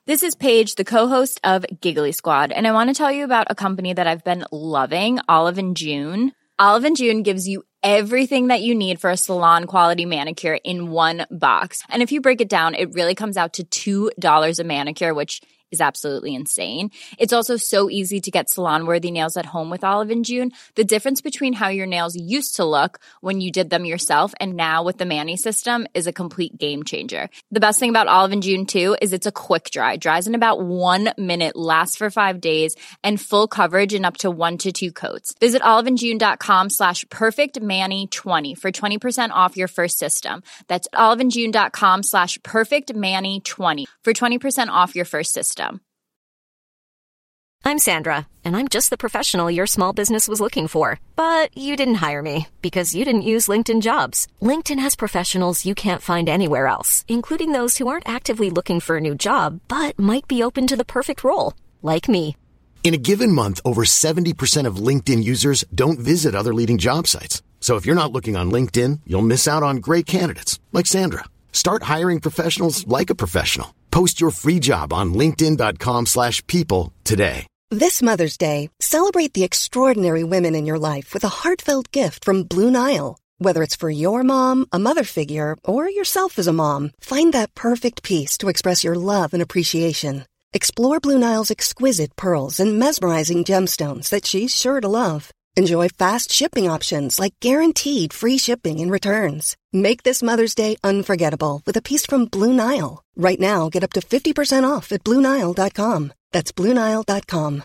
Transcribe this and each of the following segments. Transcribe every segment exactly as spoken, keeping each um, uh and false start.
This is Paige, the co-host of Giggly Squad, and I want to tell you about a company that I've been loving, Olive and June. Olive and June gives you everything that you need for a salon-quality manicure in one box. And if you break it down, it really comes out to two dollars a manicure, which is absolutely insane. It's also so easy to get salon-worthy nails at home with Olive and June. The difference between how your nails used to look when you did them yourself and now with the Mani system is a complete game changer. The best thing about Olive and June, too, is it's a quick dry. Dries in about one minute, lasts for five days, and full coverage in up to one to two coats. Visit oliveandjune.com slash perfectmani20 for twenty percent off your first system. That's oliveandjune.com slash perfectmani20 for twenty percent off your first system. I'm Sandra, and I'm just the professional your small business was looking for. But you didn't hire me because you didn't use LinkedIn Jobs. LinkedIn has professionals you can't find anywhere else, including those who aren't actively looking for a new job, but might be open to the perfect role, like me. In a given month, over seventy percent of LinkedIn users don't visit other leading job sites. So if you're not looking on LinkedIn, you'll miss out on great candidates, like Sandra. Start hiring professionals like a professional. Post your free job on linkedin.com slash people today. This Mother's Day, celebrate the extraordinary women in your life with a heartfelt gift from Blue Nile. Whether it's for your mom, a mother figure, or yourself as a mom, find that perfect piece to express your love and appreciation. Explore Blue Nile's exquisite pearls and mesmerizing gemstones that she's sure to love. Enjoy fast shipping options like guaranteed free shipping and returns. Make this Mother's Day unforgettable with a piece from Blue Nile. Right now, get up to fifty percent off at blue nile dot com. That's blue nile dot com.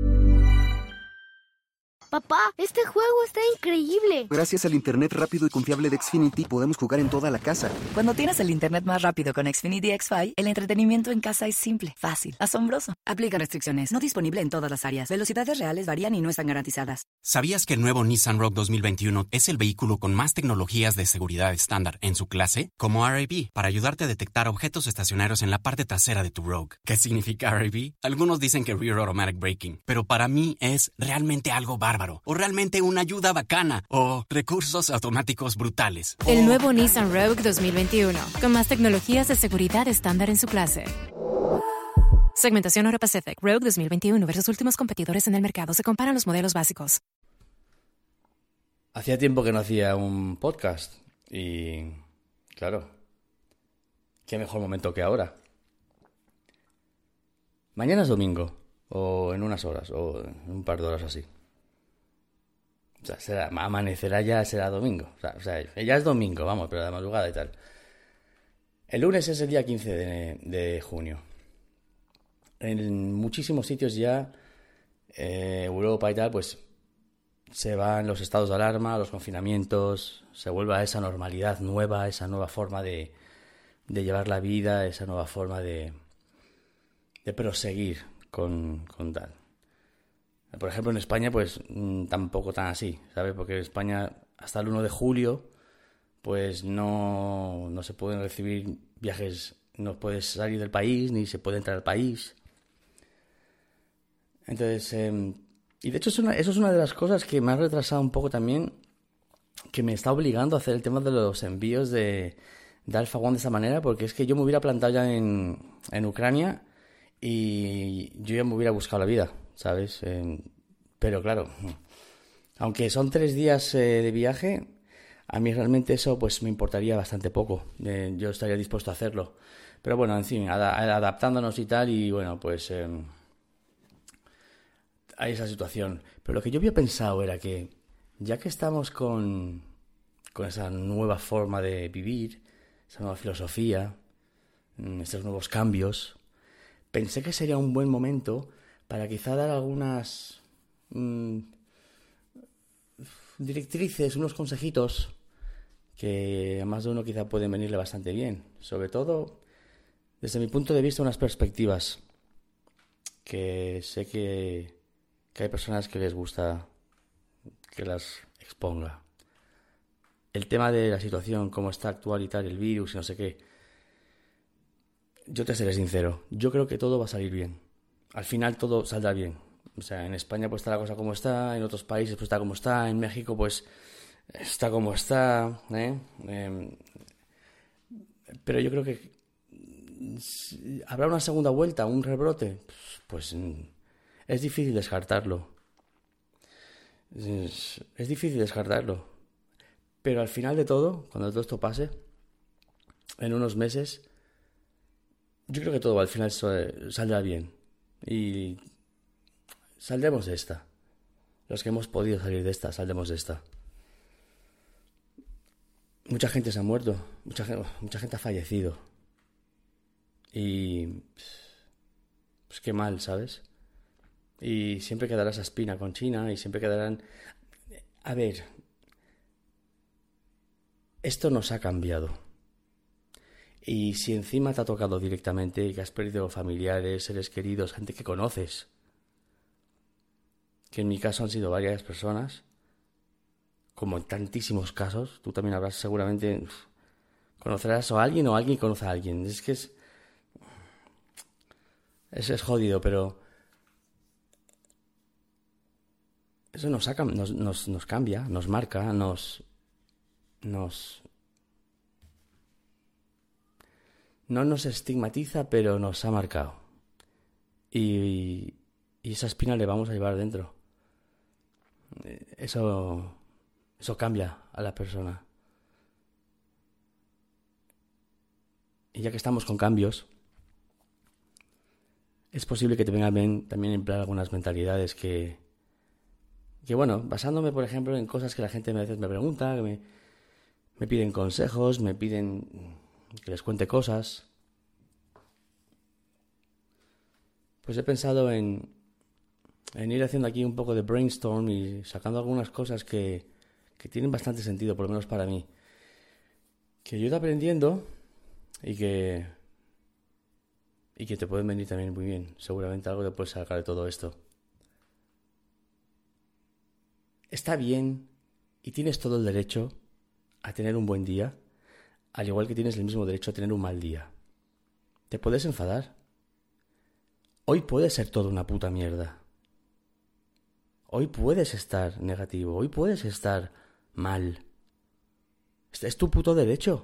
Papá, este juego está increíble. Gracias al internet rápido y confiable de Xfinity podemos jugar en toda la casa. Cuando tienes el internet más rápido con Xfinity X cinco, el entretenimiento en casa es simple, fácil, asombroso. Aplica restricciones. No disponible en todas las áreas. Velocidades reales varían y no están garantizadas. ¿Sabías que el nuevo Nissan Rogue dos mil veintiuno es el vehículo con más tecnologías de seguridad estándar en su clase? Como R A V, para ayudarte a detectar objetos estacionarios en la parte trasera de tu Rogue. ¿Qué significa R A V? Algunos dicen que Rear Automatic Braking, pero para mí es realmente algo bárbaro. O realmente una ayuda bacana. O recursos automáticos brutales. El nuevo Nissan Rogue dos mil veintiuno, con más tecnologías de seguridad estándar en su clase. Segmentación Euro Pacific Rogue dos mil veintiuno versus últimos competidores en el mercado. Se comparan los modelos básicos. Hacía tiempo que no hacía un podcast. Y claro, qué mejor momento que ahora. Mañana es domingo. O en unas horas. O en un par de horas así. O sea, será, amanecerá ya, será domingo. O sea, o sea, ya es domingo, vamos, pero de madrugada y tal. El lunes es el día quince de, de junio. En muchísimos sitios ya, eh, Europa y tal, pues se van los estados de alarma, los confinamientos, se vuelve a esa normalidad nueva, esa nueva forma de, de llevar la vida, esa nueva forma de, de proseguir con, con tal. Por ejemplo, en España, pues mmm, tampoco tan así, ¿sabes? Porque en España, hasta el uno de julio, pues no, no se pueden recibir viajes, no puedes salir del país, ni se puede entrar al país. Entonces, eh, y de hecho es una, eso es una de las cosas que me ha retrasado un poco también, que me está obligando a hacer el tema de los envíos de, de Alpha One de esa manera, porque es que yo me hubiera plantado ya en, en Ucrania y yo ya me hubiera buscado la vida, ¿sabes? Eh, pero claro, aunque son tres días eh, de viaje, a mí realmente eso pues me importaría bastante poco. Eh, yo estaría dispuesto a hacerlo. Pero bueno, en fin, ad- adaptándonos y tal, y bueno, pues eh, hay esa situación. Pero lo que yo había pensado era que, ya que estamos con, con esa nueva forma de vivir, esa nueva filosofía, estos nuevos cambios, pensé que sería un buen momento para quizá dar algunas mmm, directrices, unos consejitos que a más de uno quizá pueden venirle bastante bien. Sobre todo, desde mi punto de vista, unas perspectivas que sé que, que hay personas que les gusta que las exponga. El tema de la situación, cómo está actual y tal, el virus y no sé qué. Yo te seré sincero, yo creo que todo va a salir bien. Al final todo saldrá bien. O sea, en España pues está la cosa como está, en otros países pues está como está, en México pues está como está, ¿eh? Eh, pero yo creo que ¿Habrá una segunda vuelta, un rebrote? Pues es difícil descartarlo. Es, es difícil descartarlo. Pero al final de todo, cuando todo esto pase, en unos meses, yo creo que todo al final saldrá bien. Y saldremos de esta. Los que hemos podido salir de esta, saldremos de esta. Mucha gente se ha muerto, mucha, mucha gente ha fallecido. Y pues qué mal, ¿sabes? Y siempre quedará esa espina con China y siempre quedarán... A ver, esto nos ha cambiado. Y si encima te ha tocado directamente y que has perdido familiares, seres queridos, gente que conoces, que en mi caso han sido varias personas, como en tantísimos casos, tú también habrás seguramente... Conocerás a alguien o alguien conoce a alguien. Es que es... Eso es jodido, pero... Eso nos, saca, nos, nos, nos cambia, nos marca, nos... Nos... No nos estigmatiza, pero nos ha marcado. Y, y esa espina le vamos a llevar dentro. Eso... Eso cambia a la persona. Y ya que estamos con cambios, es posible que te vengan bien también emplear algunas mentalidades que, que bueno, basándome por ejemplo en cosas que la gente a veces me pregunta, que me, me piden consejos, me piden que les cuente cosas. Pues he pensado en, en ir haciendo aquí un poco de brainstorm y sacando algunas cosas que, que tienen bastante sentido, por lo menos para mí. Que yo he ido aprendiendo y que, y que te pueden venir también muy bien. Seguramente algo te puedes sacar de todo esto. Está bien y tienes todo el derecho a tener un buen día, al igual que tienes el mismo derecho a tener un mal día. Te puedes enfadar. Hoy puede ser todo una puta mierda. Hoy puedes estar negativo, hoy puedes estar mal. Es tu puto derecho.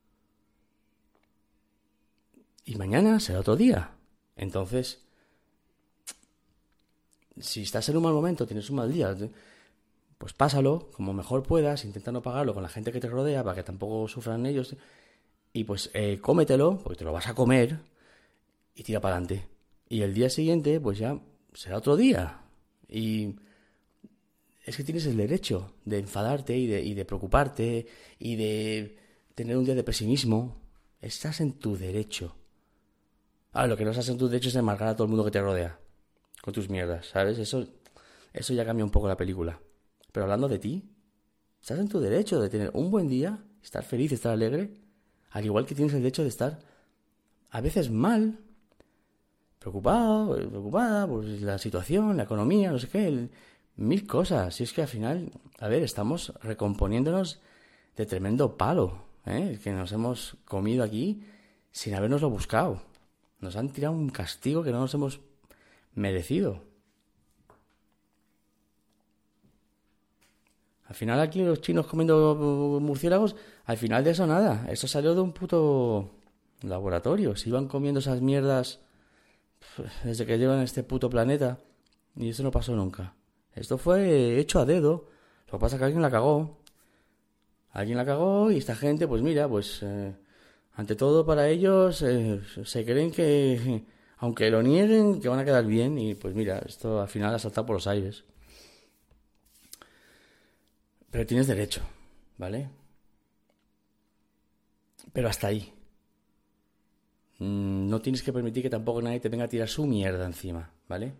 Y mañana será otro día. Entonces, si estás en un mal momento, tienes un mal día, pues pásalo como mejor puedas, intenta no pagarlo con la gente que te rodea para que tampoco sufran ellos. Y pues eh, cómetelo, porque te lo vas a comer, y tira para adelante. Y el día siguiente, pues ya será otro día. Y es que tienes el derecho de enfadarte y de, y de preocuparte y de tener un día de pesimismo. Estás en tu derecho. Ahora, lo que no estás en tu derecho es de amargar a todo el mundo que te rodea con tus mierdas, ¿sabes? Eso, eso ya cambia un poco la película. Pero hablando de ti, estás en tu derecho de tener un buen día, estar feliz, estar alegre, al igual que tienes el derecho de estar a veces mal, preocupado, preocupada por la situación, la economía, no sé qué, el, mil cosas. Y es que al final, a ver, estamos recomponiéndonos de tremendo palo, ¿eh? Que nos hemos comido aquí sin habernoslo buscado. Nos han tirado un castigo que no nos hemos merecido. Al final aquí los chinos comiendo murciélagos, al final de eso nada. Eso salió de un puto laboratorio. Se iban comiendo esas mierdas desde que llevan este puto planeta. Y eso no pasó nunca. Esto fue hecho a dedo. Lo que pasa es que alguien la cagó. Alguien la cagó y esta gente, pues mira, pues... Eh, ante todo para ellos eh, se creen que, aunque lo nieguen, que van a quedar bien. Y pues mira, esto al final ha saltado por los aires. Pero tienes derecho, ¿vale? Pero hasta ahí. Mm, no tienes que permitir que tampoco nadie te venga a tirar su mierda encima, ¿vale?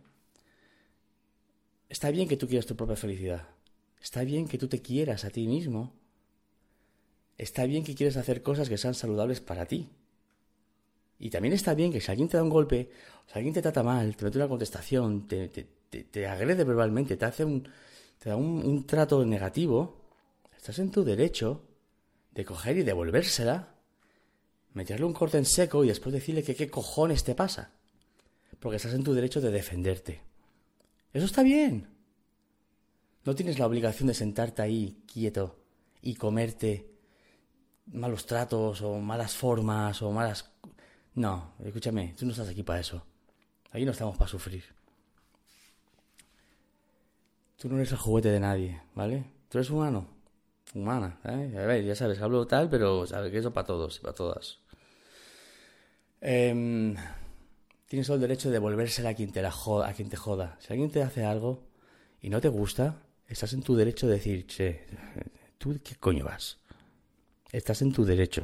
Está bien que tú quieras tu propia felicidad. Está bien que tú te quieras a ti mismo. Está bien que quieres hacer cosas que sean saludables para ti. Y también está bien que si alguien te da un golpe, si alguien te trata mal, te mete una contestación, te, te, te, te agrede verbalmente, te hace un, te da un, un trato negativo, estás en tu derecho de coger y devolvérsela, meterle un corte en seco y después decirle que qué cojones te pasa. Porque estás en tu derecho de defenderte. Eso está bien. No tienes la obligación de sentarte ahí quieto y comerte malos tratos o malas formas o malas... No, escúchame, tú no estás aquí para eso. Aquí no estamos para sufrir. Tú no eres el juguete de nadie, ¿vale? Tú eres humano, humana, ¿eh? A ver, ya sabes, hablo tal, pero sabes que eso para todos y para todas. Eh, tienes todo el derecho de devolvérsela a quien te la joda, a quien te joda. Si alguien te hace algo y no te gusta, estás en tu derecho de decir, che, ¿tú qué coño vas? Estás en tu derecho.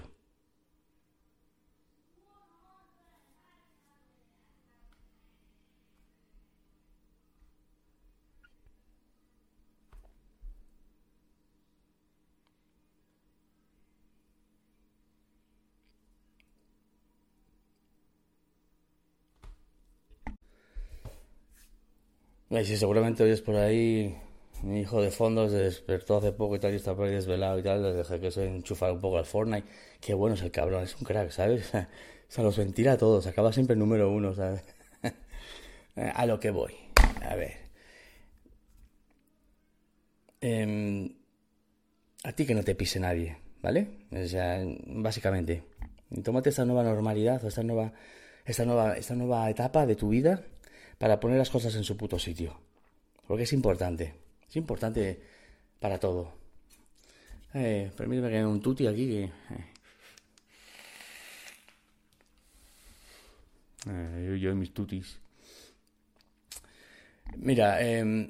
Y sí, seguramente oyes por ahí, mi hijo de fondo se despertó hace poco y tal, y está por ahí desvelado y tal, le dejé que se enchufara un poco al Fortnite. Qué bueno es el cabrón, es un crack, ¿sabes? O sea, los ventila a todos, acaba siempre en número uno, ¿sabes? A lo que voy, a ver. Eh, a ti que no te pise nadie, ¿vale? O sea, básicamente, tómate esta nueva normalidad, o esta nueva, esta nueva, esta nueva etapa de tu vida para poner las cosas en su puto sitio. Porque es importante. Es importante para todo. Eh, permíteme que haya un tuti aquí. Que, eh. Eh, yo y mis tutis. Mira, eh,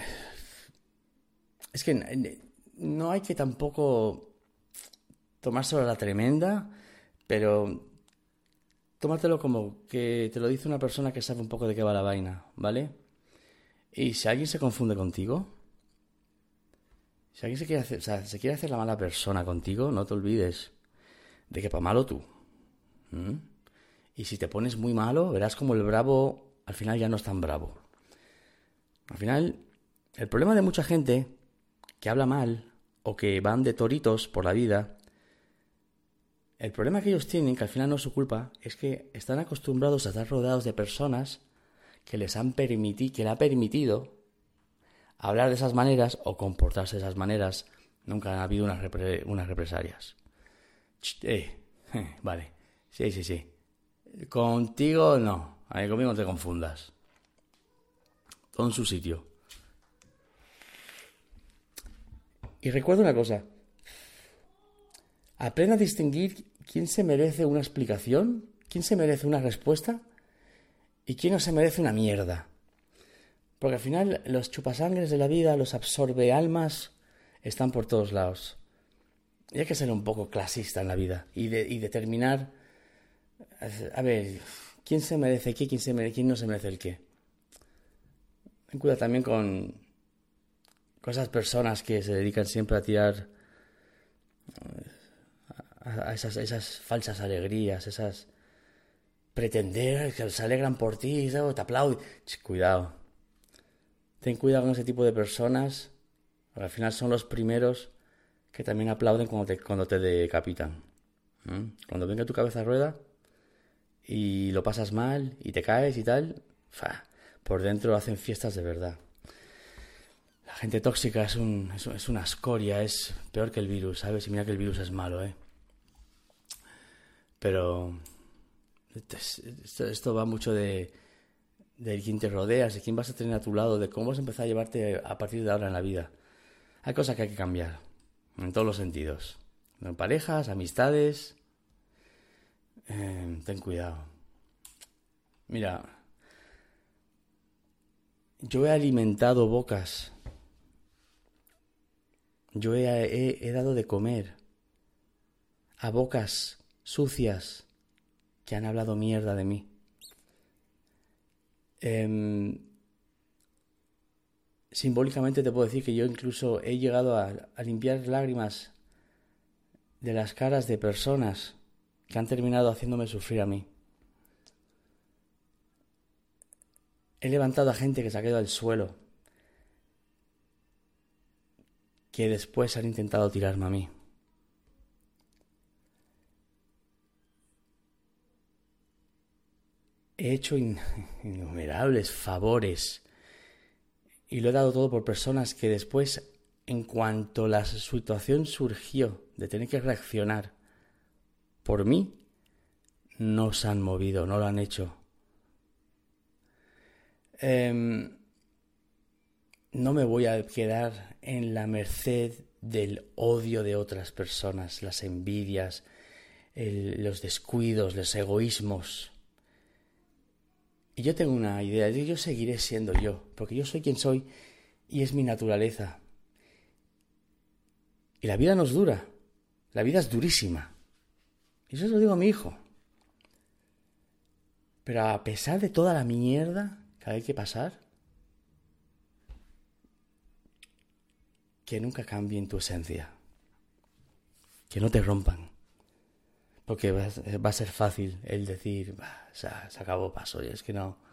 es que no hay que tampoco tomárselo a la tremenda, pero tómatelo como que te lo dice una persona que sabe un poco de qué va la vaina, ¿vale? Y si alguien se confunde contigo, si alguien se quiere hacer, o sea, se quiere hacer la mala persona contigo, no te olvides de que pa' malo tú. ¿Mm? Y si te pones muy malo, verás como el bravo al final ya no es tan bravo. Al final, el problema de mucha gente que habla mal o que van de toritos por la vida, el problema que ellos tienen, que al final no es su culpa, es que están acostumbrados a estar rodeados de personas que les han permitido, que le ha permitido hablar de esas maneras o comportarse de esas maneras. Nunca ha habido unas, repre, unas represalias. Ch, eh, eh, vale, sí, sí, sí. Contigo no, a mí conmigo no te confundas. Todo en su sitio. Y recuerda una cosa. Aprenda a distinguir quién se merece una explicación, quién se merece una respuesta y quién no se merece una mierda. Porque al final los chupasangres de la vida, los absorbe almas, están por todos lados. Y hay que ser un poco clasista en la vida y, de, y determinar, a ver, quién se merece qué, quién, se merece, quién no se merece el qué. Ten cuidado también con, con esas personas que se dedican siempre a tirar a, a esas, esas falsas alegrías, esas pretender que se alegran por ti, te aplauden. Cuidado. Ten cuidado con ese tipo de personas, porque al final son los primeros que también aplauden cuando te, cuando te decapitan. ¿Mm? Cuando venga tu cabeza a rueda y lo pasas mal y te caes y tal, fa, por dentro hacen fiestas de verdad. La gente tóxica es, un, es, es una escoria, es peor que el virus, ¿sabes? Y mira que el virus es malo, ¿eh? Pero esto, esto va mucho de, de quién te rodeas, de quién vas a tener a tu lado, de cómo vas a empezar a llevarte a partir de ahora en la vida. Hay cosas que hay que cambiar, en todos los sentidos. En parejas, amistades. Eh, ten cuidado. Mira, yo he alimentado bocas. Yo he, he, he dado de comer a bocas sucias que han hablado mierda de mí. Eh, simbólicamente te puedo decir que yo incluso he llegado a, a limpiar lágrimas de las caras de personas que han terminado haciéndome sufrir a mí. He levantado a gente que se ha quedado al suelo, que después han intentado tirarme a mí. He hecho in- innumerables favores y lo he dado todo por personas que después, en cuanto la situación surgió de tener que reaccionar por mí, no se han movido, no lo han hecho. Eh, no me voy a quedar en la merced del odio de otras personas, las envidias, el, los descuidos, los egoísmos. Y yo tengo una idea, yo seguiré siendo yo, porque yo soy quien soy y es mi naturaleza. Y la vida no es dura, la vida es durísima. Y eso se lo digo a mi hijo. Pero a pesar de toda la mierda que hay que pasar, que nunca cambien tu esencia. Que no te rompan. Porque va, va a ser fácil el decir, bah, se, se acabó, paso. Y es que no.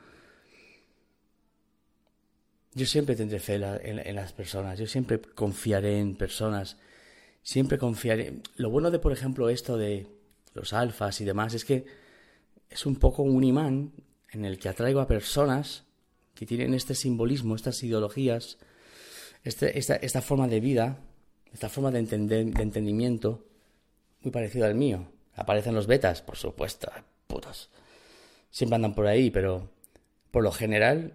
Yo siempre tendré fe en, en las personas. Yo siempre confiaré en personas. Siempre confiaré. Lo bueno de, por ejemplo, esto de los alfas y demás, es que es un poco un imán en el que atraigo a personas que tienen este simbolismo, estas ideologías, este, esta, esta forma de vida, esta forma de, entender, de entendimiento muy parecido al mío. Aparecen los betas, por supuesto, putos. Siempre andan por ahí, pero por lo general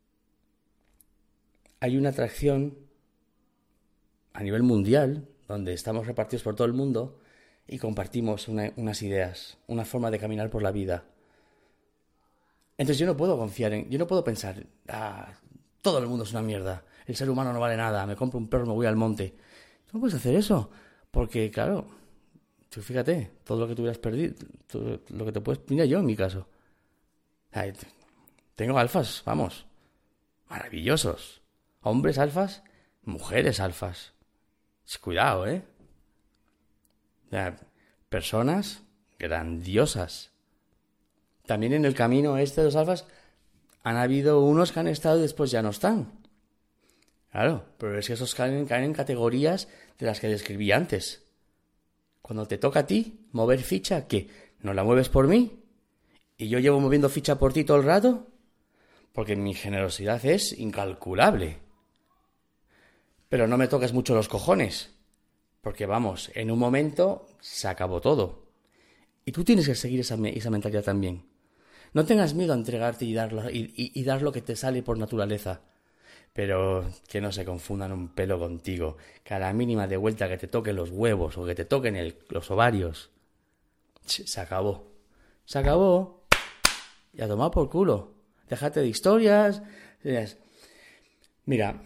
hay una atracción a nivel mundial, donde estamos repartidos por todo el mundo y compartimos una, unas ideas, una forma de caminar por la vida. Entonces yo no puedo confiar en... Yo no puedo pensar, ah, todo el mundo es una mierda, el ser humano no vale nada, me compro un perro, me voy al monte. No puedes hacer eso, porque claro, tú fíjate, todo lo que tú hubieras perdido, todo lo que te puedes... Mira yo en mi caso. Ay, tengo alfas, vamos, maravillosos. Hombres alfas, mujeres alfas. Cuidado, ¿eh? O sea, personas grandiosas. También en el camino este de los alfas han habido unos que han estado y después ya no están. Claro, pero es que esos caen, caen en categorías de las que describí antes. Cuando te toca a ti mover ficha, ¿qué? ¿No la mueves por mí? ¿Y yo llevo moviendo ficha por ti todo el rato? Porque mi generosidad es incalculable. Pero no me toques mucho los cojones, porque vamos, en un momento se acabó todo. Y tú tienes que seguir esa, esa mentalidad también. No tengas miedo a entregarte y dar, y, y, y dar lo que te sale por naturaleza. Pero que no se confundan un pelo contigo. Que a la mínima de vuelta que te toquen los huevos o que te toquen el, los ovarios, se acabó. Se acabó. Y a tomar por culo. Déjate de historias. Mira...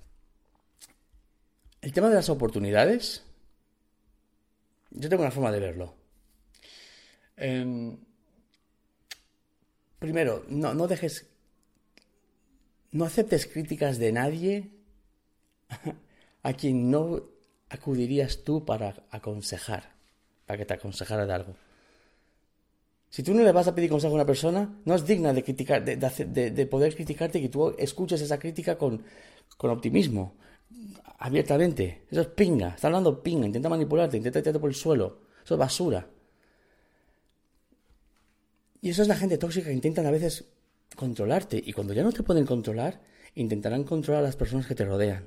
El tema de las oportunidades, yo tengo una forma de verlo. Eh, primero, no, no dejes, no aceptes críticas de nadie a quien no acudirías tú para aconsejar, para que te aconsejara de algo. Si tú no le vas a pedir consejo a una persona, no es digna de criticar, de, de, de, de poder criticarte, que tú escuches esa crítica con, con optimismo. Abiertamente, eso es pinga, está hablando pinga, intenta manipularte, intenta tirarte por el suelo, eso es basura. Y eso es la gente tóxica que intentan a veces controlarte, y cuando ya no te pueden controlar, intentarán controlar a las personas que te rodean.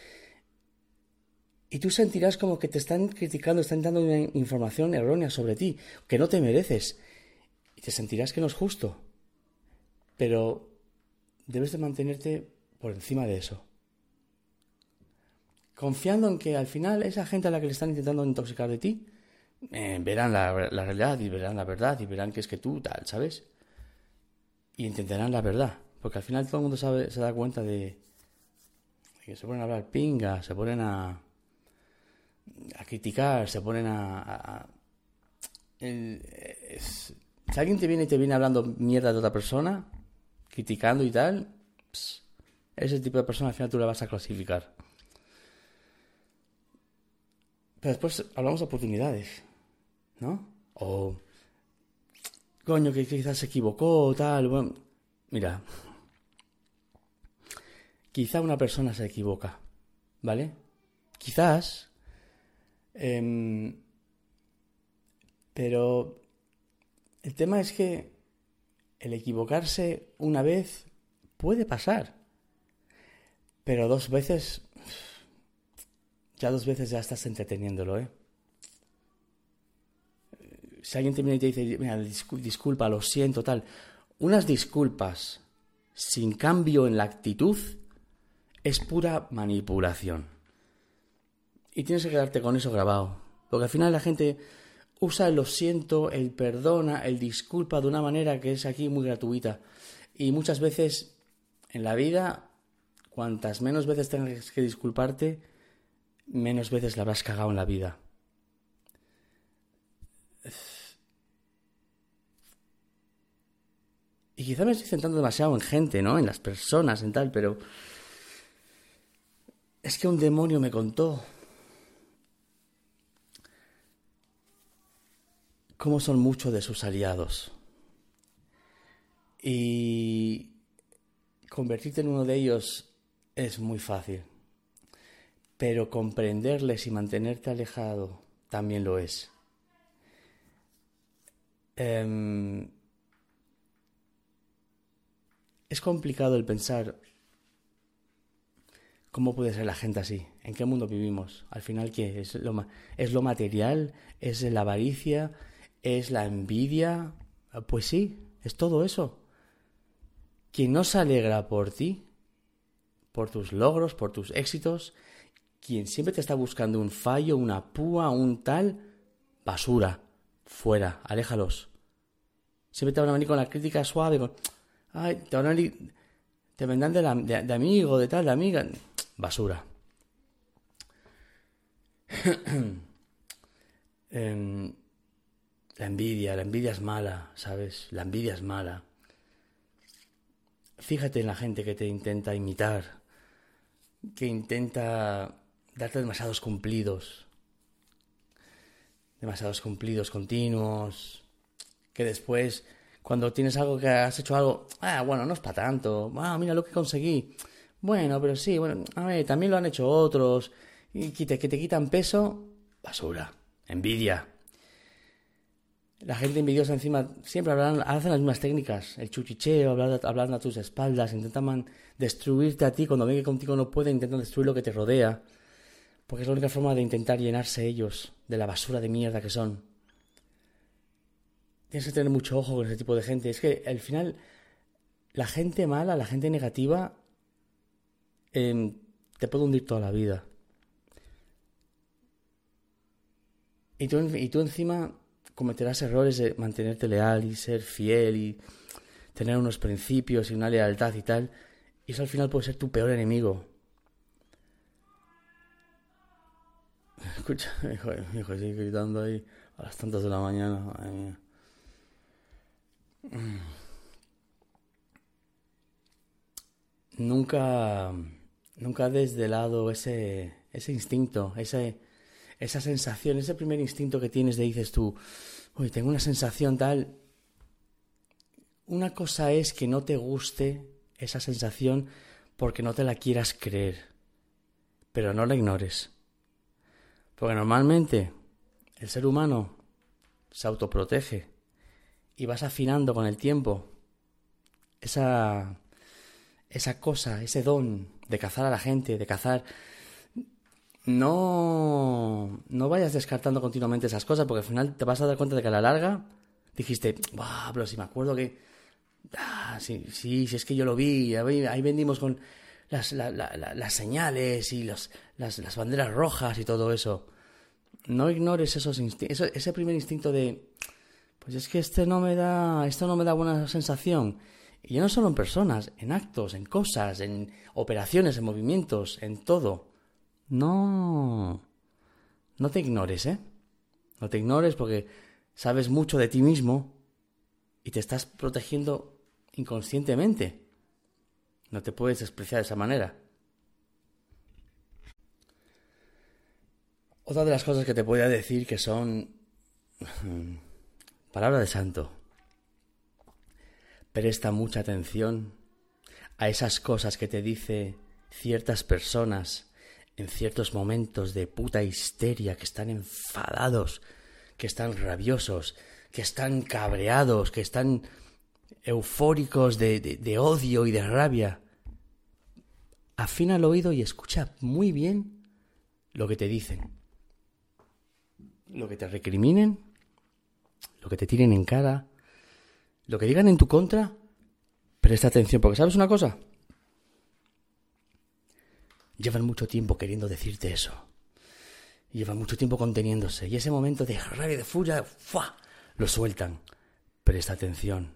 Y tú sentirás como que te están criticando, están dando una información errónea sobre ti, que no te mereces, y te sentirás que no es justo. Pero debes de mantenerte por encima de eso. Confiando en que al final esa gente a la que le están intentando intoxicar de ti, eh, verán la, la realidad y verán la verdad y verán que es que tú tal, ¿sabes? Y intentarán la verdad, porque al final todo el mundo sabe, se da cuenta de, de que se ponen a hablar pinga, se ponen a, a criticar, se ponen a... a, a el, es, si alguien te viene y te viene hablando mierda de otra persona, criticando y tal, pss, ese tipo de persona al final tú la vas a clasificar. Pero después hablamos de oportunidades, ¿no? O, coño, que quizás se equivocó o tal. Bueno, mira, quizá una persona se equivoca, ¿vale? Quizás, eh, pero el tema es que el equivocarse una vez puede pasar, pero dos veces... Ya dos veces ya estás entreteniéndolo, ¿eh? si alguien te viene y te dice, mira, discul- disculpa, lo siento, tal, unas disculpas sin cambio en la actitud es pura manipulación. Y tienes que quedarte con eso grabado. Porque al final la gente usa el lo siento, el perdona, el disculpa de una manera que es aquí muy gratuita. Y muchas veces en la vida, cuantas menos veces tengas que disculparte, menos veces la habrás cagado en la vida. Y quizá me estoy centrando demasiado en gente, ¿no? En las personas, en tal, pero es que un demonio me contó cómo son muchos de sus aliados. Y convertirte en uno de ellos es muy fácil. Pero comprenderles y mantenerte alejado también lo es. Eh, es complicado el pensar cómo puede ser la gente así, en qué mundo vivimos. Al final, ¿qué? ¿Es lo, ma- es lo material? ¿Es la avaricia? ¿Es la envidia? Pues sí, es todo eso. Quien no se alegra por ti, por tus logros, por tus éxitos, quien siempre te está buscando un fallo, una púa, un tal, basura, fuera, aléjalos. Siempre te van a venir con la crítica suave, con, ay, te van a venir, te vendrán de, la, de, de amigo, de tal, de amiga, basura. eh, la envidia, la envidia es mala, ¿sabes? La envidia es mala. Fíjate en la gente que te intenta imitar, que intenta darte demasiados cumplidos, demasiados cumplidos continuos, que después, cuando tienes algo que has hecho algo, ah, bueno, no es para tanto, ah, mira lo que conseguí, bueno, pero sí, bueno, a ver, también lo han hecho otros, y que te, que te quitan peso, basura, envidia. La gente envidiosa encima siempre hablan, hacen las mismas técnicas, el chuchicheo, hablar, hablar a tus espaldas, intentan destruirte a ti, cuando ven que contigo no pueden, intentan destruir lo que te rodea, porque es la única forma de intentar llenarse ellos de la basura de mierda que son. Tienes que tener mucho ojo con ese tipo de gente. Es que al final, la gente mala, la gente negativa, eh, te puede hundir toda la vida. Y tú, y tú encima cometerás errores de mantenerte leal y ser fiel y tener unos principios y una lealtad y tal, y eso al final puede ser tu peor enemigo. Escucha, hijo, hijo, sigue gritando ahí a las tantas de la mañana. Madre mía. Nunca, nunca des de lado ese, ese instinto, ese, esa sensación, ese primer instinto que tienes de dices tú, uy, tengo una sensación tal. Una cosa es que no te guste esa sensación porque no te la quieras creer, pero no la ignores. Porque normalmente el ser humano se autoprotege y vas afinando con el tiempo esa, esa cosa, ese don de cazar a la gente, de cazar. No, no vayas descartando continuamente esas cosas, porque al final te vas a dar cuenta de que a la larga dijiste, bah, pero si me acuerdo que, ah, sí, sí, si es que yo lo vi, ahí, ahí vendimos con las, la, la, la, las señales y los, las, las banderas rojas y todo eso. No ignores esos insti- eso, ese primer instinto de, pues es que este no me da, esto no me da buena sensación. Y ya no solo en personas, en actos, en cosas, en operaciones, en movimientos, en todo. No, no te ignores, ¿eh? No te ignores porque sabes mucho de ti mismo y te estás protegiendo inconscientemente. No te puedes despreciar de esa manera. Otra de las cosas que te podría decir que son palabra de santo. Presta mucha atención a esas cosas que te dice ciertas personas en ciertos momentos de puta histeria, que están enfadados, que están rabiosos, que están cabreados, que están eufóricos de, de, de odio y de rabia. Afina el oído y escucha muy bien lo que te dicen. Lo que te recriminen, lo que te tiren en cara, lo que digan en tu contra, presta atención, porque ¿sabes una cosa? Llevan mucho tiempo queriendo decirte eso. Llevan mucho tiempo conteniéndose. Y ese momento de rabia, de furia, ¡fua!, lo sueltan. Presta atención.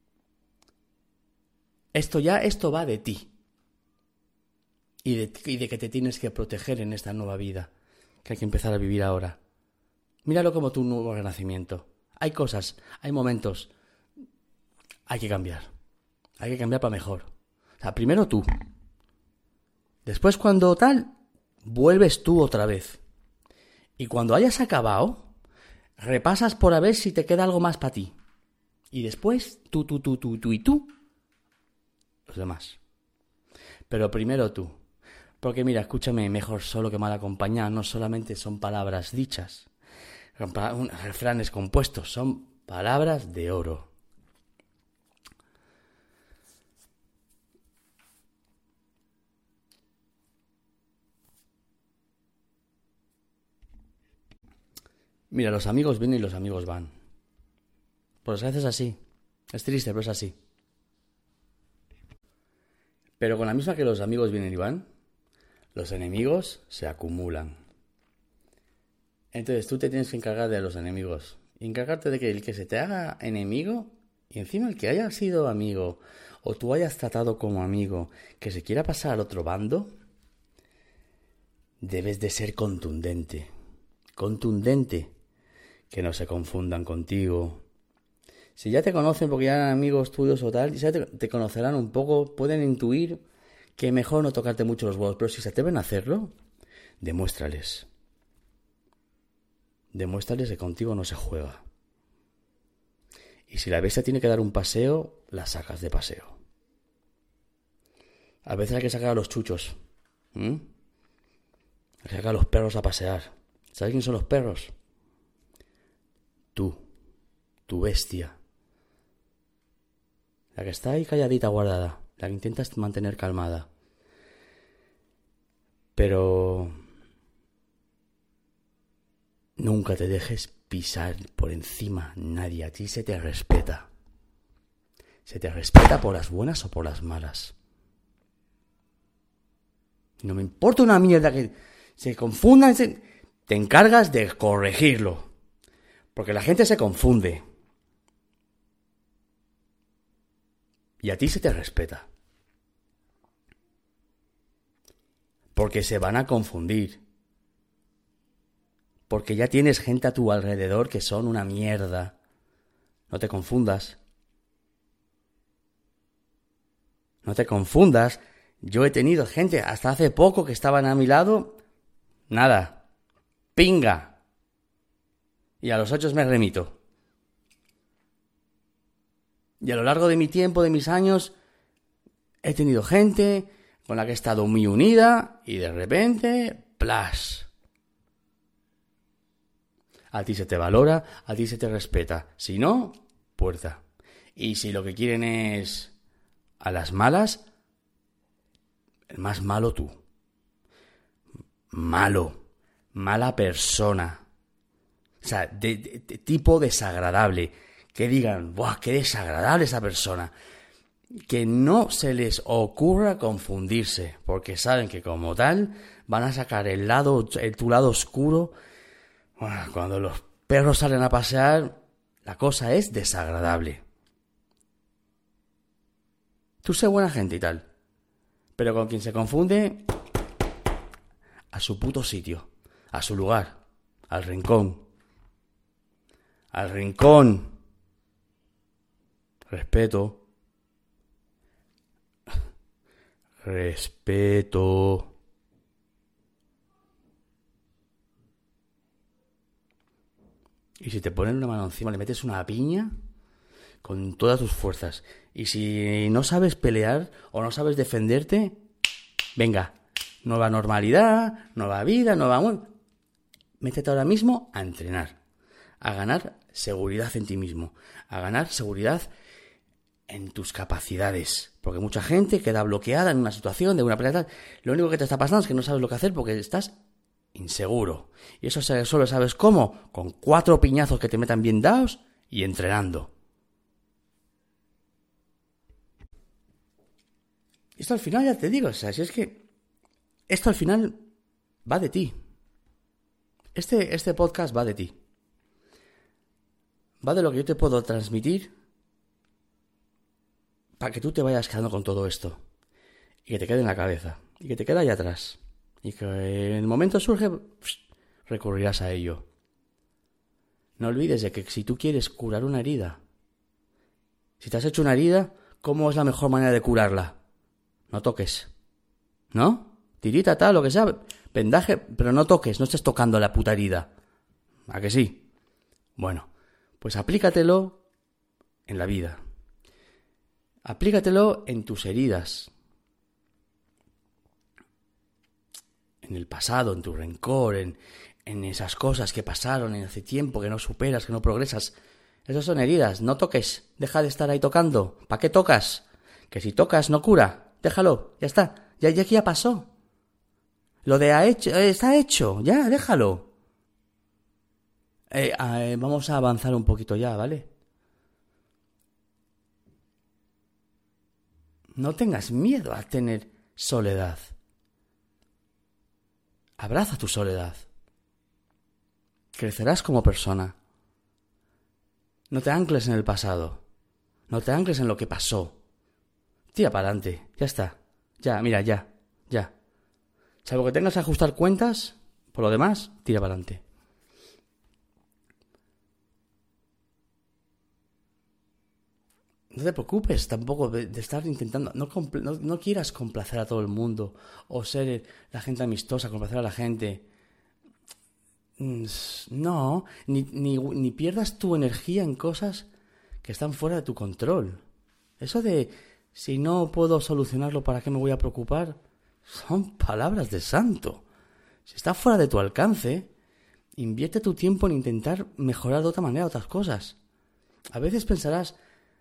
Esto ya, esto va de ti. Y de, y de que te tienes que proteger en esta nueva vida que hay que empezar a vivir ahora. Míralo como tu nuevo renacimiento. Hay cosas, hay momentos. Hay que cambiar. Hay que cambiar para mejor. O sea, primero tú. Después, cuando tal, vuelves tú otra vez. Y cuando hayas acabado, repasas por a ver si te queda algo más para ti. Y después, tú, tú, tú, tú, tú y tú. Los demás. Pero primero tú. Porque mira, escúchame, mejor solo que mal acompañado. No solamente son palabras dichas, refranes compuestos, son palabras de oro. Mira, los amigos vienen y los amigos van. Pues a veces es así. Es triste, pero es así. Pero con la misma que los amigos vienen y van, los enemigos se acumulan. Entonces tú te tienes que encargar de los enemigos. Y encargarte de que el que se te haga enemigo, y encima el que haya sido amigo, o tú hayas tratado como amigo, que se quiera pasar al otro bando, debes de ser contundente. Contundente. Que no se confundan contigo. Si ya te conocen porque ya eran amigos tuyos o tal, ya te, te conocerán un poco, pueden intuir que mejor no tocarte mucho los huevos, pero si se atreven a hacerlo, demuéstrales. Demuéstrales que contigo no se juega. Y si la bestia tiene que dar un paseo, la sacas de paseo. A veces hay que sacar a los chuchos. ¿Mm? Hay que sacar a los perros a pasear. ¿Sabes quién son los perros? Tú, tu bestia. La que está ahí calladita, guardada. La que intentas mantener calmada. Pero nunca te dejes pisar por encima nadie. A ti se te respeta. Se te respeta por las buenas o por las malas. No me importa una mierda que se confundan. Se... Te encargas de corregirlo. Porque la gente se confunde. Y a ti se te respeta. Porque se van a confundir. Porque ya tienes gente a tu alrededor que son una mierda. No te confundas. No te confundas. Yo he tenido gente hasta hace poco que estaban a mi lado. Nada. Pinga. Y a los hechos me remito. Y a lo largo de mi tiempo, de mis años, he tenido gente con la que he estado muy unida y de repente, ¡plas! A ti se te valora, a ti se te respeta. Si no, puerta. Y si lo que quieren es a las malas, el más malo tú. Malo. Mala persona. O sea, de, de, de tipo desagradable. Que digan, ¡buah, qué desagradable esa persona! Que no se les ocurra confundirse, porque saben que como tal van a sacar el lado, el, tu lado oscuro. Bueno, cuando los perros salen a pasear, la cosa es desagradable. Tú sé buena gente y tal, pero con quien se confunde, a su puto sitio, a su lugar, al rincón. Al rincón. Respeto. Respeto. Y si te ponen una mano encima, le metes una piña con todas tus fuerzas. Y si no sabes pelear o no sabes defenderte, venga, nueva normalidad, nueva vida, nueva... Métete ahora mismo a entrenar, a ganar seguridad en ti mismo, a ganar seguridad en tus capacidades. Porque mucha gente queda bloqueada en una situación de una pelea. Lo único que te está pasando es que no sabes lo que hacer porque estás inseguro. Y eso solo sabes cómo, con cuatro piñazos que te metan bien dados y entrenando. Esto al final ya te digo, o sea, si es que esto al final va de ti. Este, este podcast va de ti. Va de lo que yo te puedo transmitir para que tú te vayas quedando con todo esto. Y que te quede en la cabeza. Y que te quede ahí atrás. Y que en el momento surge, pss, recurrirás a ello. No olvides de que si tú quieres curar una herida, si te has hecho una herida, ¿cómo es la mejor manera de curarla? No toques. ¿No? Tirita, tal, lo que sea. Vendaje, pero no toques, no estés tocando la puta herida. ¿A que sí? Bueno, pues aplícatelo en la vida. Aplícatelo en tus heridas. En el pasado, en tu rencor, en, en esas cosas que pasaron en hace tiempo, que no superas, que no progresas. Esas son heridas, no toques, deja de estar ahí tocando. ¿Para qué tocas? Que si tocas no cura, déjalo, ya está, ya, ya que ya pasó. Lo de ha hecho, eh, está hecho, ya, déjalo. Eh, eh, vamos a avanzar un poquito ya, ¿vale? No tengas miedo a tener soledad. Abraza tu soledad. Crecerás como persona. No te ancles en el pasado. No te ancles en lo que pasó. Tira para adelante. Ya está. Ya, mira, ya. Ya. Salvo que tengas que ajustar cuentas, por lo demás, tira para adelante. No te preocupes tampoco de, de estar intentando... No, compl- no, no quieras complacer a todo el mundo o ser la gente amistosa, complacer a la gente. No, ni, ni, ni pierdas tu energía en cosas que están fuera de tu control. Eso de, si no puedo solucionarlo, ¿para qué me voy a preocupar? Son palabras de santo. Si está fuera de tu alcance, invierte tu tiempo en intentar mejorar de otra manera otras cosas. A veces pensarás...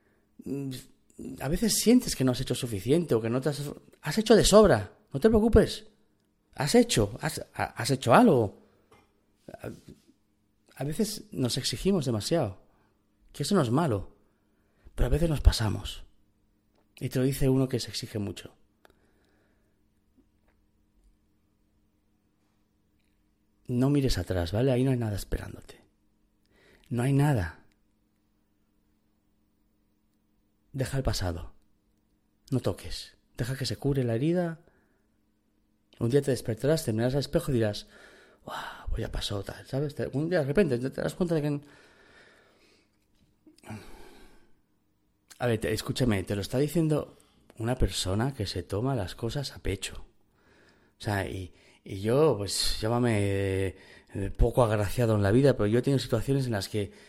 A veces sientes que no has hecho suficiente o que no te has... Has hecho de sobra. No te preocupes. Has hecho. Has, has hecho algo. A, a veces nos exigimos demasiado. Que eso no es malo. Pero a veces nos pasamos. Y te lo dice uno que se exige mucho. No mires atrás, ¿vale? Ahí no hay nada esperándote. No hay nada. Deja el pasado. No toques. Deja que se cure la herida. Un día te despertarás, te mirarás al espejo y dirás, ¡wow! Pues ya pasó, tal, ¿sabes? Un día de repente te das cuenta de que... A ver, te, escúchame, te lo está diciendo una persona que se toma las cosas a pecho. O sea, y, y yo, pues, llámame eh, poco agraciado en la vida, pero yo he tenido situaciones en las que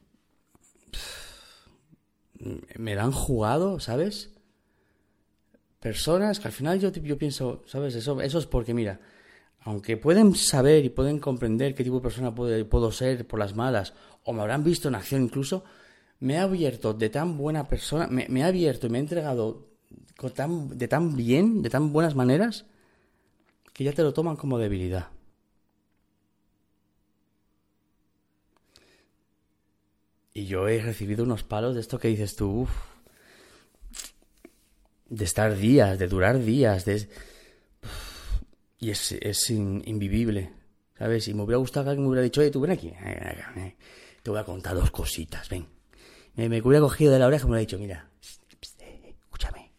me la han jugado, ¿sabes? Personas que al final yo, yo pienso, ¿sabes? Eso, eso es porque, mira, aunque pueden saber y pueden comprender qué tipo de persona puede, puedo ser por las malas, o me habrán visto en acción incluso, me ha abierto de tan buena persona, me, me ha abierto y me ha entregado con tan, de tan bien, de tan buenas maneras, que ya te lo toman como debilidad. Y yo he recibido unos palos de esto que dices tú, uff, de estar días, de durar días, de... Uf, y es, es in, invivible, ¿sabes? Y me hubiera gustado que alguien me hubiera dicho, oye, tú ven aquí, te voy a contar dos cositas, ven. Me, me hubiera cogido de la oreja y me hubiera dicho, mira, escúchame,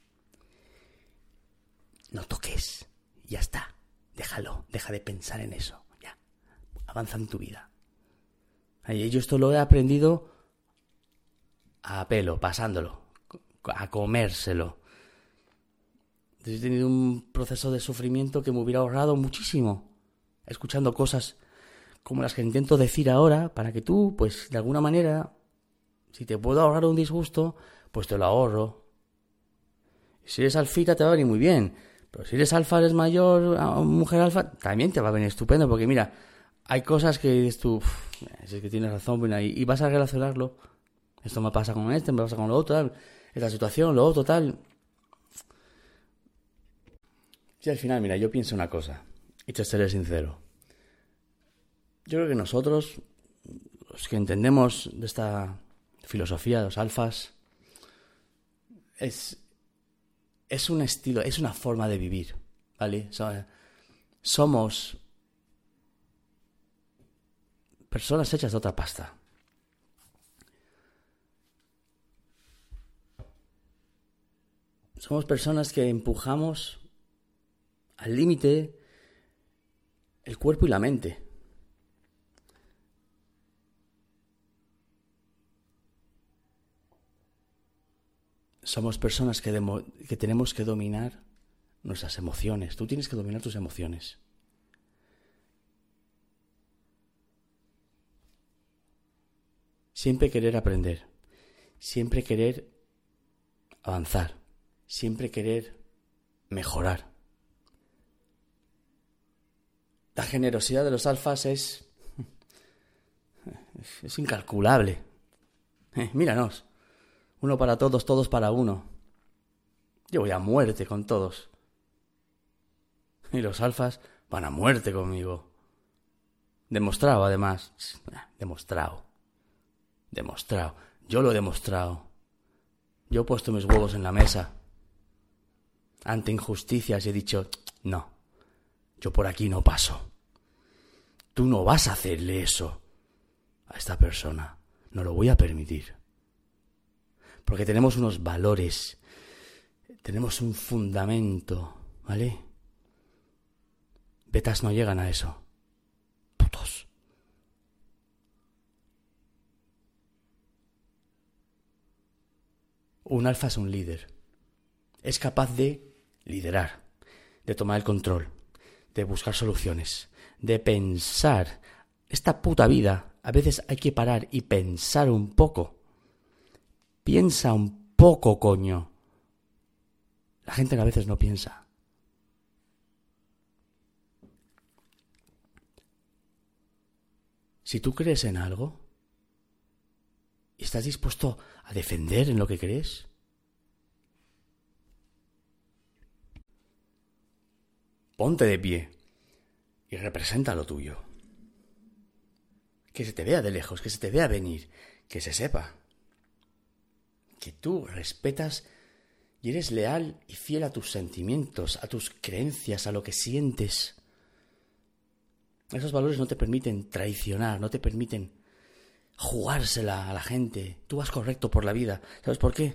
no toques, ya está, déjalo, deja de pensar en eso, ya, avanza en tu vida. Y yo esto lo he aprendido a pelo, pasándolo, a comérselo. He tenido un proceso de sufrimiento que me hubiera ahorrado muchísimo, escuchando cosas como las que intento decir ahora, para que tú, pues, de alguna manera, si te puedo ahorrar un disgusto, pues te lo ahorro. Si eres alfita te va a venir muy bien, pero si eres alfa, eres mayor, mujer alfa, también te va a venir estupendo, porque mira, hay cosas que dices tú, si es que tienes razón, bueno, y, y vas a relacionarlo. Esto me pasa con este, me pasa con lo otro, tal, esta situación, lo otro, tal. Y al final, mira, yo pienso una cosa, y te seré sincero. Yo creo que nosotros, los que entendemos de esta, filosofía de los alfas es, es un estilo, es una forma de vivir, ¿vale? Somos personas hechas de otra pasta. Somos personas que empujamos al límite el cuerpo y la mente. Somos personas que, demo, que tenemos que dominar nuestras emociones. Tú tienes que dominar tus emociones. Siempre querer aprender. Siempre querer avanzar. Siempre querer mejorar. La generosidad de los alfas es... es incalculable. Eh, míranos. Uno para todos, todos para uno. Yo voy a muerte con todos. Y los alfas van a muerte conmigo. Demostrado, además. Demostrado. Demostrado. Yo lo he demostrado. Yo he puesto mis huevos en la mesa. Ante injusticias he dicho, no, yo por aquí no paso. Tú no vas a hacerle eso a esta persona. No lo voy a permitir. Porque tenemos unos valores, tenemos un fundamento, ¿vale? Betas no llegan a eso. Putos. Un alfa es un líder. Es capaz de liderar, de tomar el control, de buscar soluciones, de pensar. Esta puta vida, a veces hay que parar y pensar un poco. Piensa un poco, coño. La gente a veces no piensa. Si tú crees en algo y estás dispuesto a defender en lo que crees, ponte de pie y representa lo tuyo. Que se te vea de lejos, que se te vea venir, que se sepa que tú respetas y eres leal y fiel a tus sentimientos, a tus creencias, a lo que sientes. Esos valores no te permiten traicionar, no te permiten jugársela a la gente. Tú vas correcto por la vida. ¿Sabes por qué?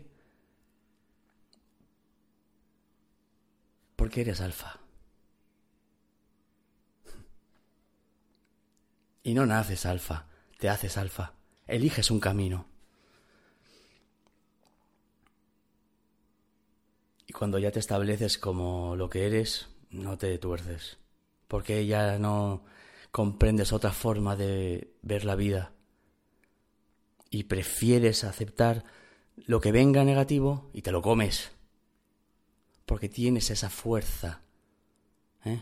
Porque eres alfa. Y no naces alfa, te haces alfa. Eliges un camino. Y cuando ya te estableces como lo que eres, no te tuerces. Porque ya no comprendes otra forma de ver la vida. Y prefieres aceptar lo que venga negativo y te lo comes. Porque tienes esa fuerza. ¿Eh?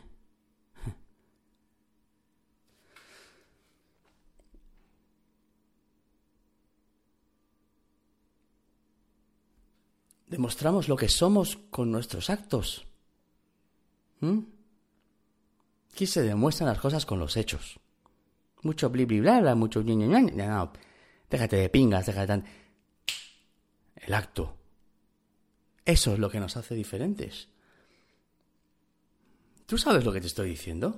Demostramos lo que somos con nuestros actos. ¿Mm? Aquí se demuestran las cosas con los hechos. Mucho bli bli bla bla, mucho ña ña ña. No, no, déjate de pingas, déjate tan... El acto. Eso es lo que nos hace diferentes. ¿Tú sabes lo que te estoy diciendo?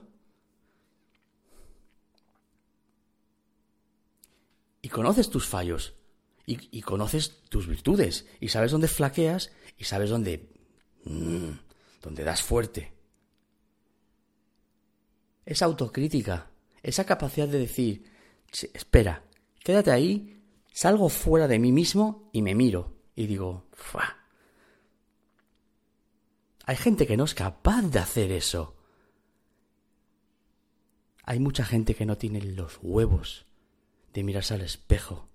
Y conoces tus fallos. Y, y conoces tus virtudes, y sabes dónde flaqueas, y sabes dónde, mmm, dónde das fuerte. Esa autocrítica, esa capacidad de decir, espera, quédate ahí, salgo fuera de mí mismo y me miro, y digo, ¡fua! Hay gente que no es capaz de hacer eso. Hay mucha gente que no tiene los huevos de mirarse al espejo.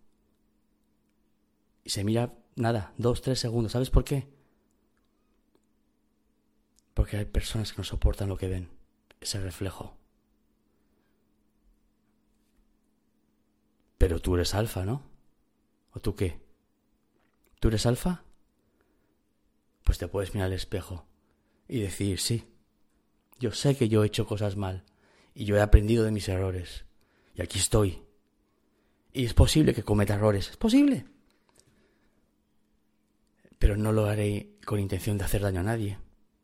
Y se mira, nada, dos, tres segundos. ¿Sabes por qué? Porque hay personas que no soportan lo que ven, ese reflejo. Pero tú eres alfa, ¿no? ¿O tú qué? ¿Tú eres alfa? Pues te puedes mirar al espejo y decir, sí, yo sé que yo he hecho cosas mal y yo he aprendido de mis errores. Y aquí estoy. Y es posible que cometa errores, es posible. pero no lo haré con intención de hacer daño a nadie.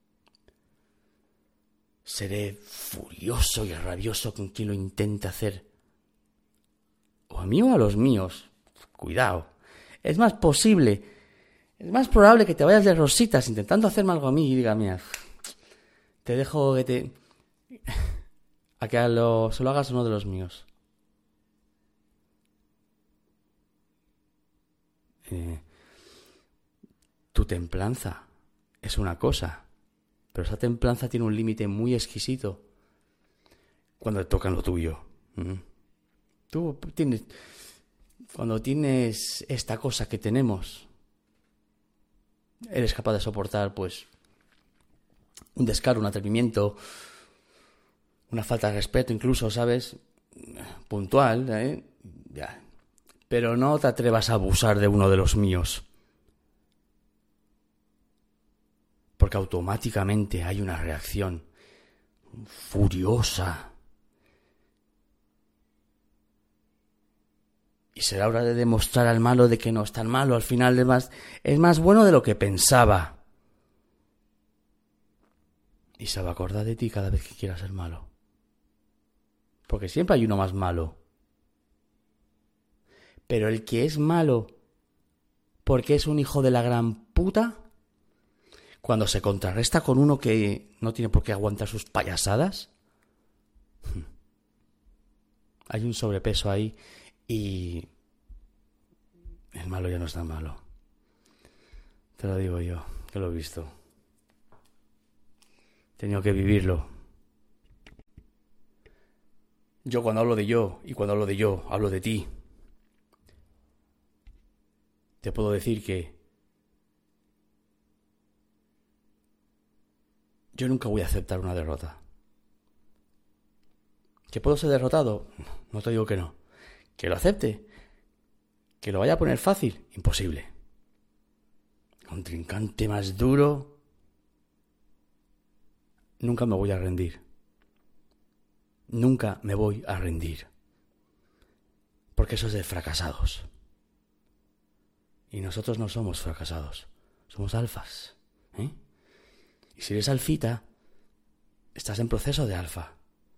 Seré furioso y rabioso con quien lo intente hacer. O a mí o a los míos. Cuidado. Es más posible, es más probable que te vayas de rositas intentando hacerme algo a mí y diga, mira, te dejo que te... a que a lo, se lo hagas a uno de los míos. Eh, tu templanza es una cosa, pero esa templanza tiene un límite muy exquisito cuando te tocan lo tuyo. ¿Mm? Tú tienes... Cuando tienes esta cosa que tenemos, eres capaz de soportar, pues, un descaro, un atrevimiento, una falta de respeto incluso, ¿sabes? Puntual, ¿eh? Ya. Pero no te atrevas a abusar de uno de los míos. Porque automáticamente hay una reacción furiosa. Y será hora de demostrar al malo de que no es tan malo. Al final es más, es más bueno de lo que pensaba. Y se va a acordar de ti cada vez que quiera ser malo. Porque siempre hay uno más malo. Pero el que es malo porque es un hijo de la gran puta, cuando se contrarresta con uno que no tiene por qué aguantar sus payasadas, hay un sobrepeso ahí. Y el malo ya no es tan malo. Te lo digo yo, que lo he visto. He tenido que vivirlo. Yo cuando hablo de yo, y cuando hablo de yo, hablo de ti. Te puedo decir que yo nunca voy a aceptar una derrota. ¿Que puedo ser derrotado? No te digo que no. ¿Que lo acepte? ¿Que lo vaya a poner fácil? Imposible. Contrincante más duro. Nunca me voy a rendir. Nunca me voy a rendir. Porque eso es de fracasados. Y nosotros no somos fracasados. Somos alfas. ¿eh? Y si eres alfita, estás en proceso de alfa.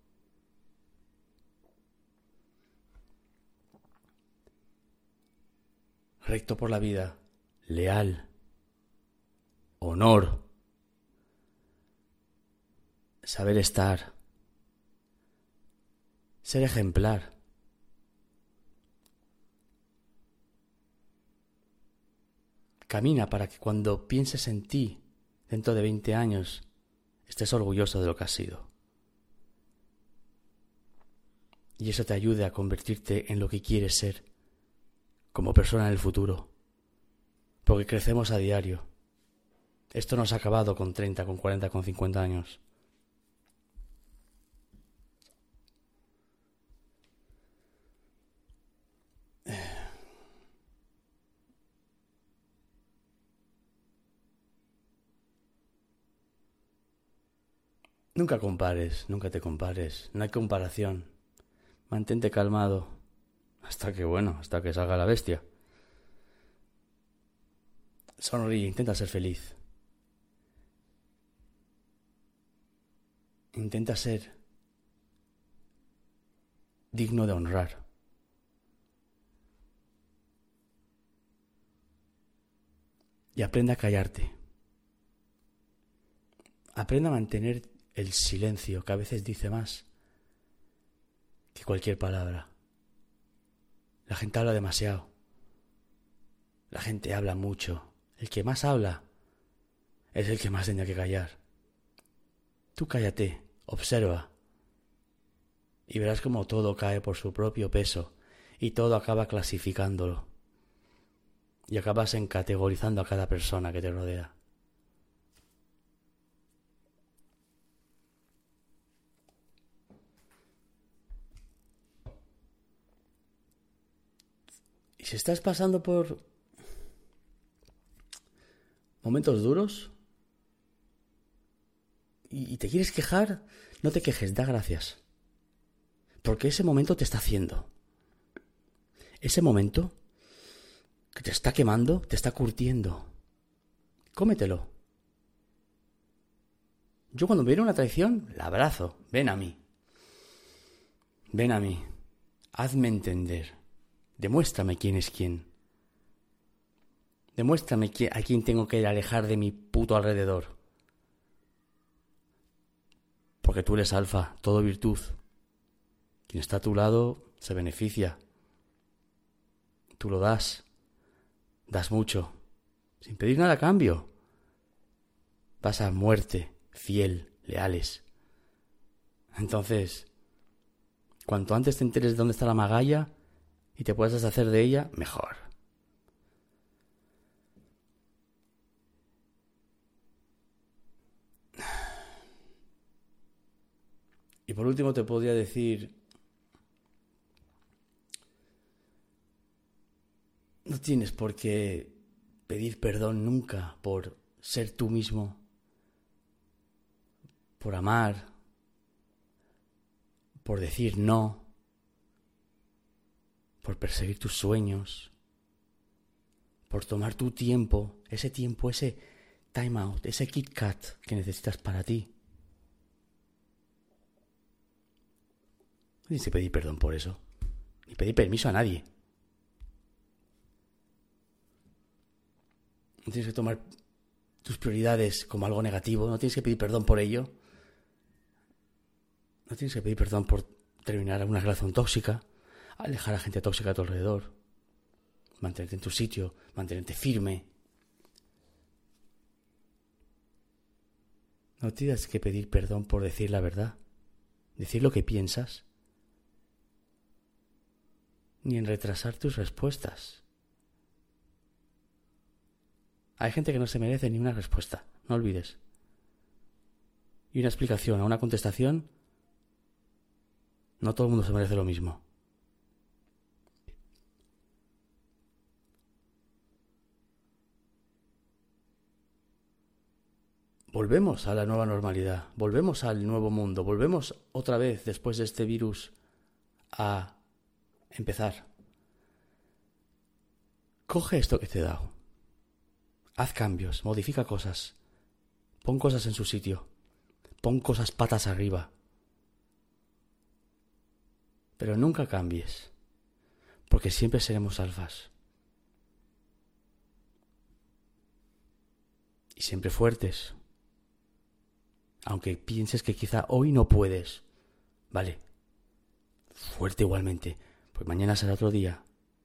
Recto por la vida, leal, honor, saber estar, ser ejemplar. Camina para que cuando pienses en ti, dentro de veinte años, estés orgulloso de lo que has sido. Y eso te ayude a convertirte en lo que quieres ser como persona en el futuro, porque crecemos a diario. Esto no se ha acabado con treinta, con cuarenta, con cincuenta años. Nunca compares, nunca te compares, no hay comparación. Mantente calmado. Hasta que, bueno, hasta que salga la bestia. Sonríe, intenta ser feliz. Intenta ser digno de honrar. Y aprenda a callarte. Aprenda a mantener el silencio, que a veces dice más que cualquier palabra. La gente habla demasiado. La gente habla mucho. El que más habla es el que más tenía que callar. Tú cállate, observa. Y verás cómo todo cae por su propio peso. Y todo acaba clasificándolo. Y acabas en categorizando a cada persona que te rodea. Y si estás pasando por momentos duros y te quieres quejar, no te quejes, da gracias. Porque ese momento te está haciendo. Ese momento que te está quemando, te está curtiendo. cómetelo. Yo cuando viene una traición, la abrazo. Ven a mí. Ven a mí. Hazme entender. Demuéstrame quién es quién. Demuéstrame a quién tengo que alejar de mi puto alrededor. Porque tú eres alfa, todo virtud. Quien está a tu lado se beneficia. Tú lo das. Das mucho. Sin pedir nada a cambio. Vas a muerte, fiel, leales. Entonces, cuanto antes te enteres de dónde está la magalla y te puedas deshacer de ella, mejor. Y por último te podría decir, no tienes por qué pedir perdón nunca por ser tú mismo, por amar, por decir no, por perseguir tus sueños, por tomar tu tiempo, ese tiempo, ese time out, ese Kit Kat que necesitas para ti. No tienes que pedir perdón por eso, ni pedir permiso a nadie. No tienes que tomar tus prioridades como algo negativo, no tienes que pedir perdón por ello. No tienes que pedir perdón por terminar una relación tóxica, alejar a gente tóxica a tu alrededor, mantenerte en tu sitio, mantenerte firme. No tienes que pedir perdón por decir la verdad, decir lo que piensas, ni en retrasar tus respuestas. Hay gente que no se merece ni una respuesta, no olvides. Y una explicación a una contestación, no todo el mundo se merece lo mismo. Volvemos a la nueva normalidad, volvemos al nuevo mundo, volvemos otra vez después de este virus a empezar. Coge esto que te he dado. Haz cambios, modifica cosas. Pon cosas en su sitio. Pon cosas patas arriba. Pero nunca cambies, porque siempre seremos alfas. Y siempre fuertes. Aunque pienses que quizá hoy no puedes. Vale. Fuerte igualmente, pues mañana será otro día.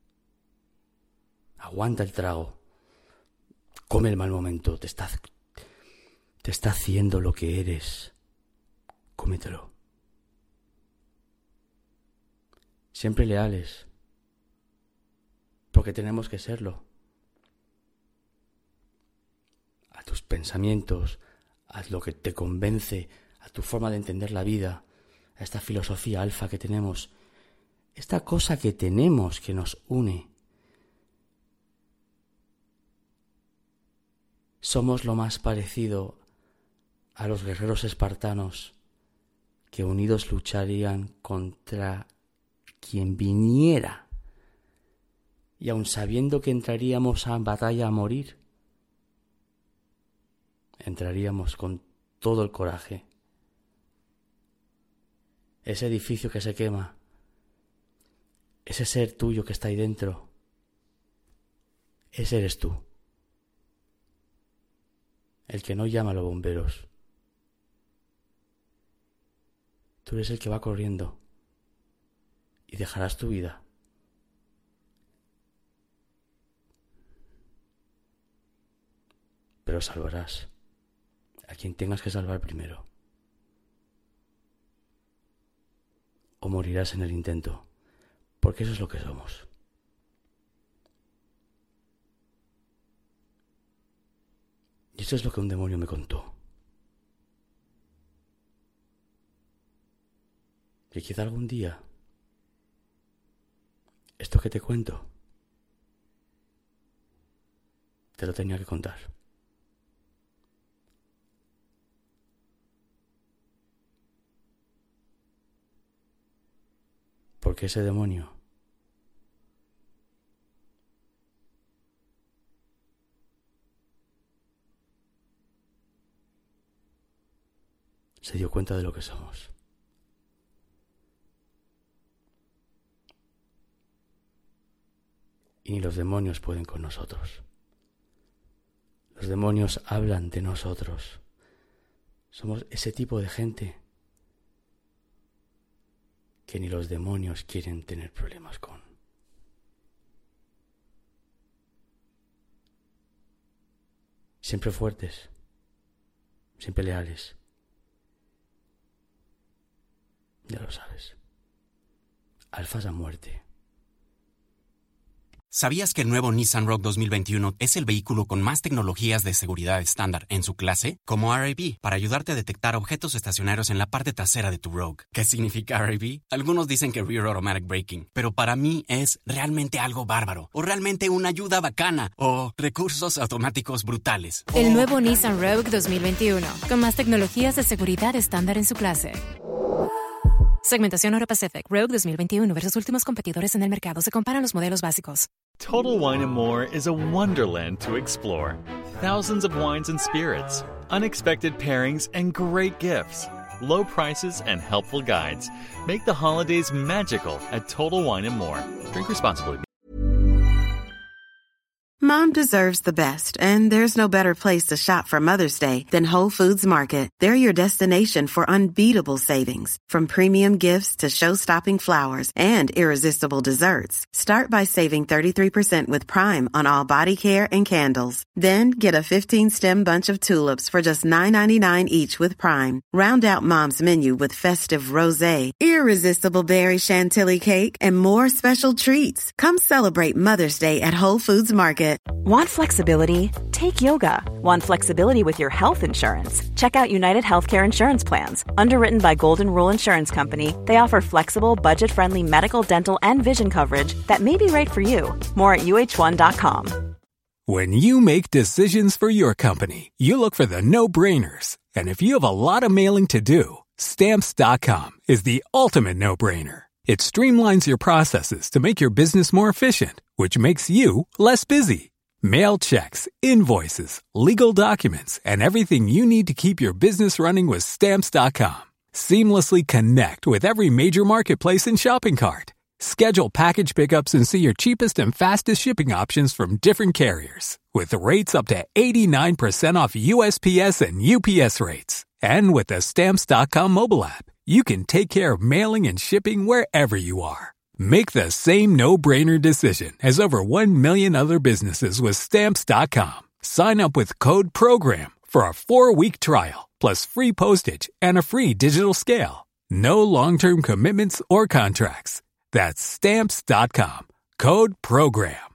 Aguanta el trago. Come el mal momento. Te está, te está haciendo lo que eres. Cómetelo. Siempre leales. Porque tenemos que serlo. A tus pensamientos, a lo que te convence, a tu forma de entender la vida, a esta filosofía alfa que tenemos, esta cosa que tenemos que nos une. Somos lo más parecido a los guerreros espartanos que unidos lucharían contra quien viniera, y aun sabiendo que entraríamos a batalla a morir, entraríamos con todo el coraje. Ese edificio que se quema, ese ser tuyo que está ahí dentro, ese eres tú. El que no llama a los bomberos. Tú eres el que va corriendo y dejarás tu vida. Pero salvarás a quien tengas que salvar primero. O morirás en el intento, porque eso es lo que somos. Y eso es lo que un demonio me contó. Que quizá algún día esto que te cuento te lo tenía que contar. Porque ese demonio se dio cuenta de lo que somos. Y ni los demonios pueden con nosotros. Los demonios hablan de nosotros. Somos ese tipo de gente que ni los demonios quieren tener problemas con. Siempre fuertes, siempre leales. Ya lo sabes. Alfas a muerte. ¿Sabías que el nuevo Nissan Rogue dos mil veintiuno es el vehículo con más tecnologías de seguridad estándar en su clase? Como R A V, para ayudarte a detectar objetos estacionarios en la parte trasera de tu Rogue. ¿Qué significa R A V? Algunos dicen que Rear Automatic Braking, pero para mí es realmente algo bárbaro, o realmente una ayuda bacana, o recursos automáticos brutales. El nuevo Nissan Rogue dos mil veintiuno, con más tecnologías de seguridad estándar en su clase. Segmentación Euro Pacific Rogue dos mil veintiuno versus últimos competidores en el mercado. Se comparan los modelos básicos. Total Wine and More is a wonderland to explore. Thousands of wines and spirits, unexpected pairings, and great gifts. Low prices and helpful guides make the holidays magical at Total Wine and More. Drink responsibly. Mom deserves the best, and there's no better place to shop for Mother's Day than Whole Foods Market. They're your destination for unbeatable savings, from premium gifts to show-stopping flowers and irresistible desserts. Start by saving thirty-three percent with Prime on all body care and candles. Then get a fifteen-stem bunch of tulips for just nine ninety-nine each with Prime. Round out Mom's menu with festive rosé, irresistible berry chantilly cake, and more special treats. Come celebrate Mother's Day at Whole Foods Market. Want flexibility? Take yoga. Want flexibility with your health insurance? Check out United Healthcare Insurance Plans. Underwritten by Golden Rule Insurance Company, they offer flexible, budget-friendly medical, dental, and vision coverage that may be right for you. More at U H one dot com. When you make decisions for your company, you look for the no-brainers. And if you have a lot of mailing to do, Stamps dot com is the ultimate no-brainer. It streamlines your processes to make your business more efficient, which makes you less busy. Mail checks, invoices, legal documents, and everything you need to keep your business running with Stamps dot com. Seamlessly connect with every major marketplace and shopping cart. Schedule package pickups and see your cheapest and fastest shipping options from different carriers, with rates up to eighty-nine percent off U S P S and U P S rates. And with the Stamps dot com mobile app, you can take care of mailing and shipping wherever you are. Make the same no-brainer decision as over one million other businesses with Stamps dot com. Sign up with code PROGRAM for a four-week trial, plus free postage and a free digital scale. No long-term commitments or contracts. That's Stamps dot com. Code PROGRAM.